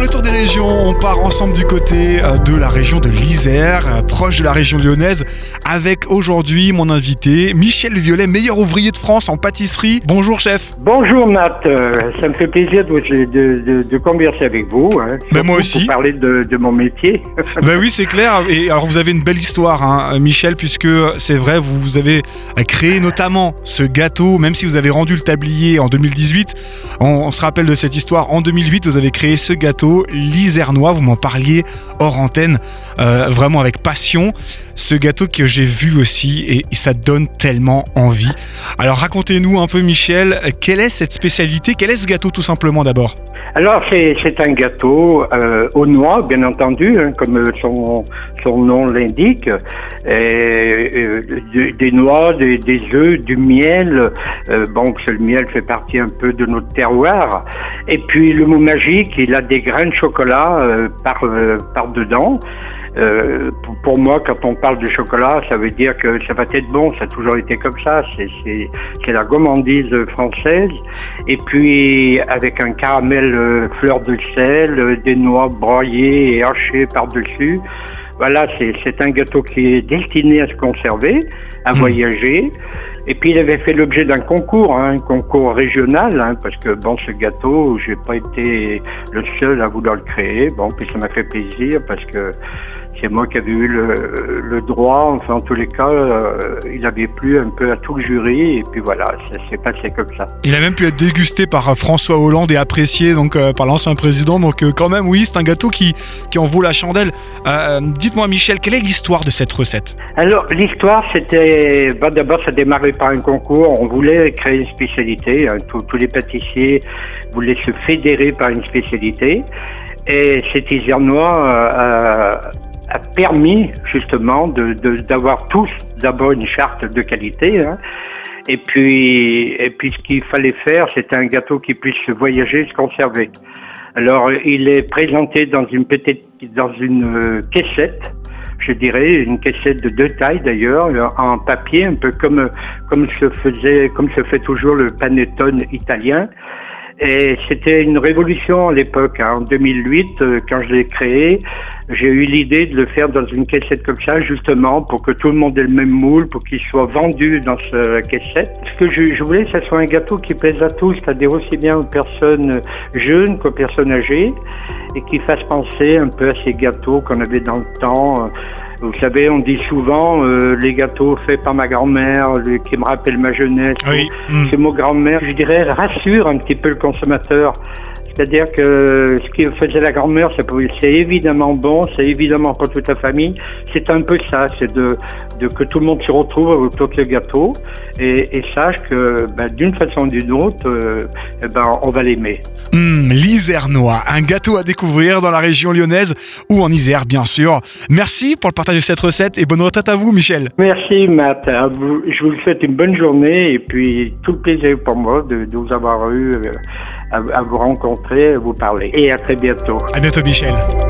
le tour des régions, on part ensemble du côté de la région de l'Isère, proche de la région lyonnaise, avec aujourd'hui mon invité, Michel Violet, meilleur ouvrier de France en pâtisserie. Bonjour chef. Bonjour Nat, ça me fait plaisir de converser avec vous. Moi aussi. Pour parler de mon métier. Oui, c'est clair. Et alors vous avez une belle histoire, Michel, puisque c'est vrai, vous avez créé notamment ce gâteau, même si vous avez rendu le tablier en 2018. On se rappelle de cette histoire. En 2008, vous avez créé ce gâteau, l'Isernois. Vous m'en parliez hors antenne, vraiment avec passion. Ce gâteau que j'ai vu aussi, et ça donne tellement envie. Alors racontez-nous un peu, Michel, quelle est cette spécialité? Quel est ce gâteau tout simplement d'abord? Alors c'est un gâteau aux noix, bien entendu, comme son nom l'indique, des noix, des œufs, du miel. Le miel fait partie un peu de notre terroir. Et puis le mot magique, il a des grains de chocolat par dedans. Pour moi, quand on parle de chocolat, ça veut dire que ça va être bon. Ça a toujours été comme ça. C'est la gourmandise française. Et puis avec un caramel fleur de sel, des noix broyées et hachées par-dessus. Voilà, c'est un gâteau qui est destiné à se conserver, à voyager. Et puis il avait fait l'objet d'un concours, un concours régional, parce que ce gâteau, j'ai pas été le seul à vouloir le créer. Puis ça m'a fait plaisir parce que c'est moi qui avais eu le droit. Enfin, en tous les cas, il avait plu un peu à tout le jury. Et puis voilà, ça s'est passé comme ça. Il a même pu être dégusté par François Hollande et apprécié donc par l'ancien président. Donc quand même, oui, c'est un gâteau qui en vaut la chandelle. Dites-moi, Michel, quelle est l'histoire de cette recette? Alors, l'histoire, c'était... d'abord, ça démarrait par un concours. On voulait créer une spécialité. Tous les pâtissiers voulaient se fédérer par une spécialité. Et cet Isernois a permis justement d'avoir tous d'abord une charte de qualité, et puis ce qu'il fallait faire, c'était un gâteau qui puisse voyager, se conserver. Alors il est présenté dans une caissette, je dirais, une caissette de 2 tailles d'ailleurs, en papier, un peu comme se fait toujours le panettone italien. Et c'était une révolution à l'époque. En 2008, quand je l'ai créé, j'ai eu l'idée de le faire dans une caissette comme ça, justement, pour que tout le monde ait le même moule, pour qu'il soit vendu dans cette caissette. Ce que je voulais, que ce soit un gâteau qui plaise à tous, c'est-à-dire aussi bien aux personnes jeunes qu'aux personnes âgées, et qui fasse penser un peu à ces gâteaux qu'on avait dans le temps. Vous savez, on dit souvent les gâteaux faits par ma grand-mère, qui me rappellent ma jeunesse. Oui. Ces mots grand-mère, je dirais, rassurent un petit peu le consommateur. C'est-à-dire que ce qui faisait la grand-mère, c'est évidemment bon, c'est évidemment pour toute la famille. C'est un peu ça, c'est de que tout le monde se retrouve autour de ce gâteau et sache que d'une façon ou d'une autre, on va l'aimer. L'Isernois, un gâteau à découvrir dans la région lyonnaise ou en Isère, bien sûr. Merci pour le partage de cette recette et bonne retraite à vous, Michel. Merci, Matt. Je vous souhaite une bonne journée et puis tout le plaisir pour moi de vous avoir eu, à vous rencontrer, à vous parler. Et à très bientôt. À bientôt, Michel.